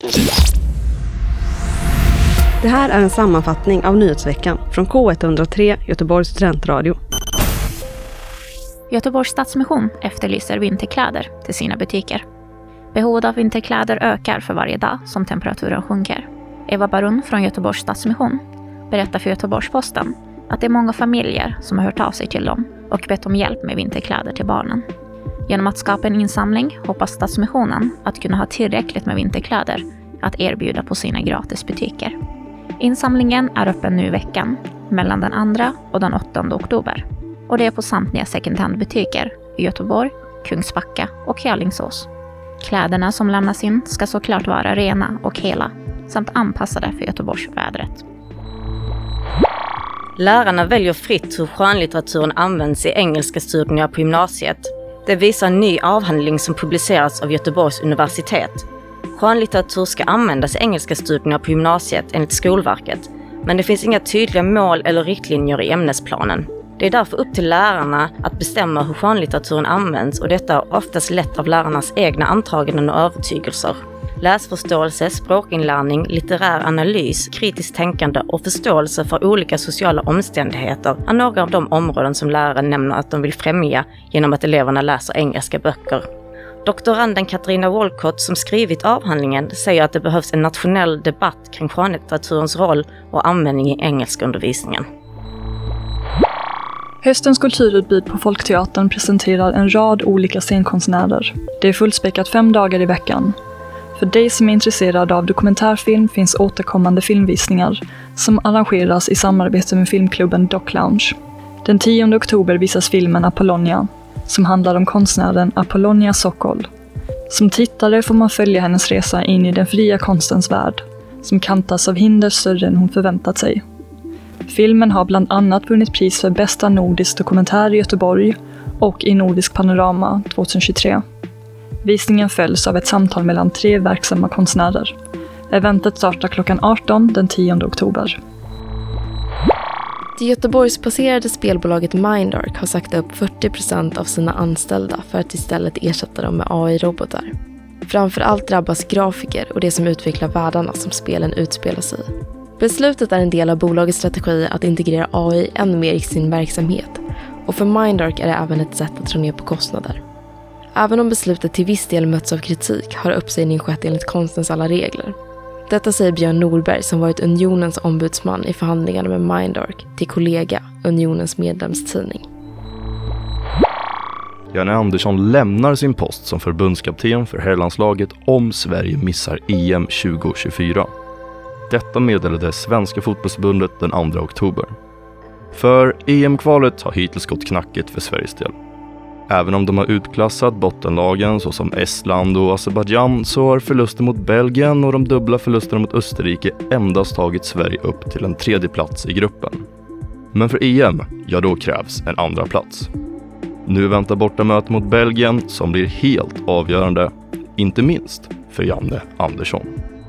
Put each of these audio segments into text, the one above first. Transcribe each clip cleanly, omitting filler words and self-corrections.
Det här är en sammanfattning av nyhetsveckan från K103 Göteborgs studentradio. Göteborgs Stadsmission efterlyser vinterkläder till sina butiker. Behovet av vinterkläder ökar för varje dag som temperaturen sjunker. Eva Barun från Göteborgs Stadsmission berättar för Göteborgs-Posten att det är många familjer som har hört av sig till dem och bett om hjälp med vinterkläder till barnen. Genom att skapa en insamling hoppas Stadsmissionen att kunna ha tillräckligt med vinterkläder att erbjuda på sina gratisbutiker. Insamlingen är öppen nu i veckan, mellan den 2 och den 8 oktober. Och det är på samtliga second hand-butiker i Göteborg, Kungsbacka och Alingsås. Kläderna som lämnas in ska såklart vara rena och hela, samt anpassade för Göteborgsvädret. Lärarna väljer fritt hur skönlitteraturen används i engelska studierna på gymnasiet. Det visar en ny avhandling som publicerats av Göteborgs universitet. Skönlitteratur ska användas i engelska studierna på gymnasiet enligt Skolverket, men det finns inga tydliga mål eller riktlinjer i ämnesplanen. Det är därför upp till lärarna att bestämma hur skönlitteraturen används, och detta är oftast lätt av lärarnas egna antaganden och övertygelser. Läsförståelse, språkinlärning, litterär analys, kritiskt tänkande och förståelse för olika sociala omständigheter är några av de områden som läraren nämner att de vill främja genom att eleverna läser engelska böcker. Doktoranden Katarina Wolcott, som skrivit avhandlingen, säger att det behövs en nationell debatt kring skönlitteraturens roll och användning i engelskundervisningen. Höstens kulturutbud på Folkteatern presenterar en rad olika scenkonstnärer. Det är fullspäckat 5 dagar i veckan. För dig som är intresserad av dokumentärfilm finns återkommande filmvisningar som arrangeras i samarbete med filmklubben Doc Lounge. Den 10 oktober visas filmen Apollonia, som handlar om konstnären Apollonia Sokol. Som tittare får man följa hennes resa in i den fria konstens värld, som kantas av hinder större än hon förväntat sig. Filmen har bland annat vunnit pris för bästa nordisk dokumentär i Göteborg och i Nordisk Panorama 2023. Visningen följs av ett samtal mellan 3 verksamma konstnärer. Eventet startar klockan 18 den 10 oktober. Det Göteborgsbaserade spelbolaget Mindark har sagt upp 40% av sina anställda för att istället ersätta dem med AI-robotar. Framförallt drabbas grafiker och det som utvecklar världarna som spelen utspelar sig i. Beslutet är en del av bolagets strategi att integrera AI ännu mer i sin verksamhet, och för Mindark är det även ett sätt att dra ner på kostnader. Även om beslutet till viss del möts av kritik har uppsägning skett enligt konstens alla regler. Detta säger Björn Norberg, som varit Unionens ombudsman i förhandlingarna med Mindark, till kollega Unionens medlemstidning. Janne Andersson lämnar sin post som förbundskapten för herrlandslaget om Sverige missar EM 2024. Detta meddelade Svenska fotbollsförbundet den 2 oktober. För EM-kvalet har hittills gått knackigt för Sveriges del. Även om de har utklassat bottenlagen såsom Estland och Azerbaijan, så har förlusten mot Belgien och de dubbla förlusterna mot Österrike endast tagit Sverige upp till en 3:e plats i gruppen. Men för EM, ja då krävs en 2:a plats. Nu väntar bortamöte mot Belgien som blir helt avgörande, inte minst för Janne Andersson.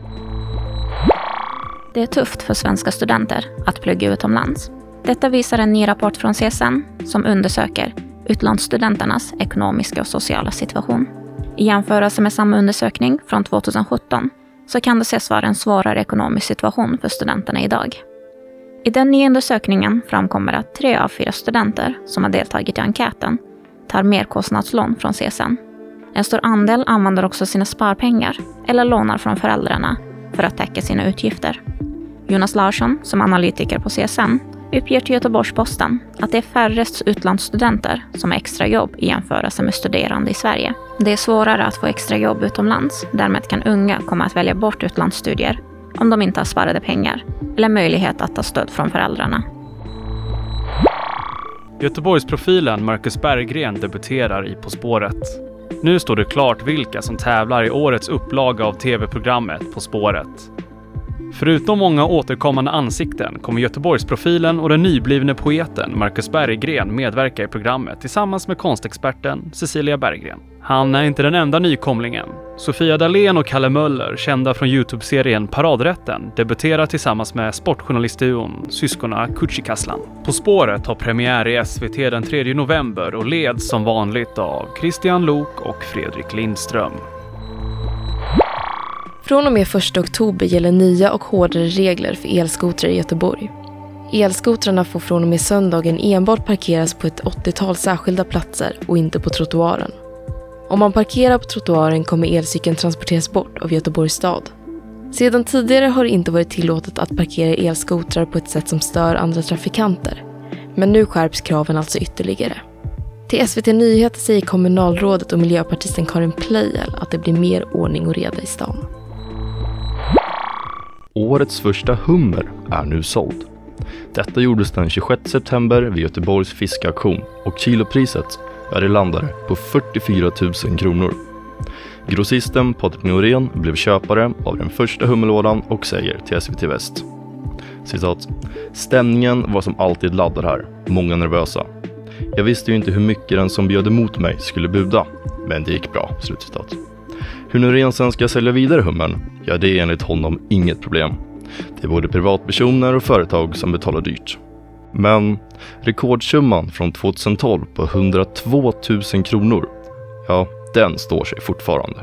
Det är tufft för svenska studenter att plugga utomlands. Detta visar en ny rapport från CSN som undersöker utlandsstudenternas ekonomiska och sociala situation. I jämförelse med samma undersökning från 2017 så kan det ses vara en svårare ekonomisk situation för studenterna idag. I den nya undersökningen framkommer att 3 av 4 studenter som har deltagit i enkäten tar merkostnadslån från CSN. En stor andel använder också sina sparpengar eller lånar från föräldrarna för att täcka sina utgifter. Jonas Larsson, som analytiker på CSN, uppger till Göteborgs-Posten att det är färre utlandsstudenter som har extra jobb i jämförelse med studerande i Sverige. Det är svårare att få extra jobb utomlands, därmed kan unga komma att välja bort utlandsstudier om de inte har sparade pengar eller möjlighet att ta stöd från föräldrarna. Göteborgsprofilen Marcus Berggren debuterar i På spåret. Nu står det klart vilka som tävlar i årets upplaga av tv-programmet På spåret. Förutom många återkommande ansikten kommer Göteborgsprofilen och den nyblivne poeten Marcus Berggren medverka i programmet tillsammans med konstexperten Cecilia Berggren. Han är inte den enda nykomlingen. Sofia Dalén och Kalle Möller, kända från YouTube-serien Paradrätten, debuterar tillsammans med sportjournalistduon Syskona Kücükaslan. På spåret har premiär i SVT den 3 november och leds som vanligt av Christian Lok och Fredrik Lindström. Från och med 1 oktober gäller nya och hårdare regler för elskotrar i Göteborg. Elskotrarna får från och med söndagen enbart parkeras på ett 80-tal särskilda platser och inte på trottoaren. Om man parkerar på trottoaren kommer elcykeln transporteras bort av Göteborgs stad. Sedan tidigare har det inte varit tillåtet att parkera elskotrar på ett sätt som stör andra trafikanter. Men nu skärps kraven alltså ytterligare. Till SVT Nyheter säger kommunalrådet och miljöpartisten Karin Pleijel att det blir mer ordning och reda i stan. Årets första hummer är nu såld. Detta gjordes den 26 september vid Göteborgs fiskauktion och kilopriset är det landade på 44 000 kronor. Grossisten Patrik Norén blev köpare av den första hummerlådan och säger till SVT Väst. Citat: stämningen var som alltid laddad här, många nervösa. Jag visste ju inte hur mycket den som bjöd emot mig skulle buda, men det gick bra. Slutcitat. Hur Norén sen ska sälja vidare hummern, ja det är enligt honom inget problem. Det är både privatpersoner och företag som betalar dyrt. Men rekordsumman från 2012 på 102 000 kronor, ja den står sig fortfarande.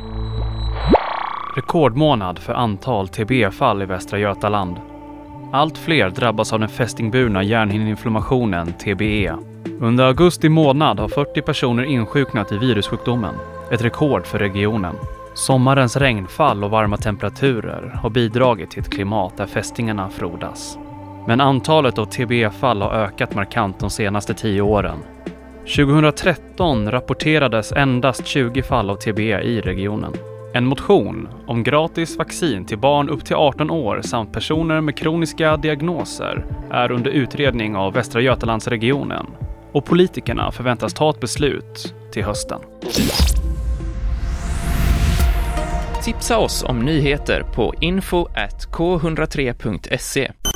Rekordmånad för antal TBE-fall i Västra Götaland. Allt fler drabbas av den fästingburna hjärnhinneinflammationen TBE. Under augusti månad har 40 personer insjuknat i virussjukdomen. Ett rekord för regionen. Sommarens regnfall och varma temperaturer har bidragit till ett klimat där fästingarna frodas. Men antalet av TBE-fall har ökat markant de senaste 10 åren. 2013 rapporterades endast 20 fall av TBE i regionen. En motion om gratis vaccin till barn upp till 18 år samt personer med kroniska diagnoser är under utredning av Västra Götalandsregionen och politikerna förväntas ta ett beslut till hösten. Tipsa oss om nyheter på info@k103.se.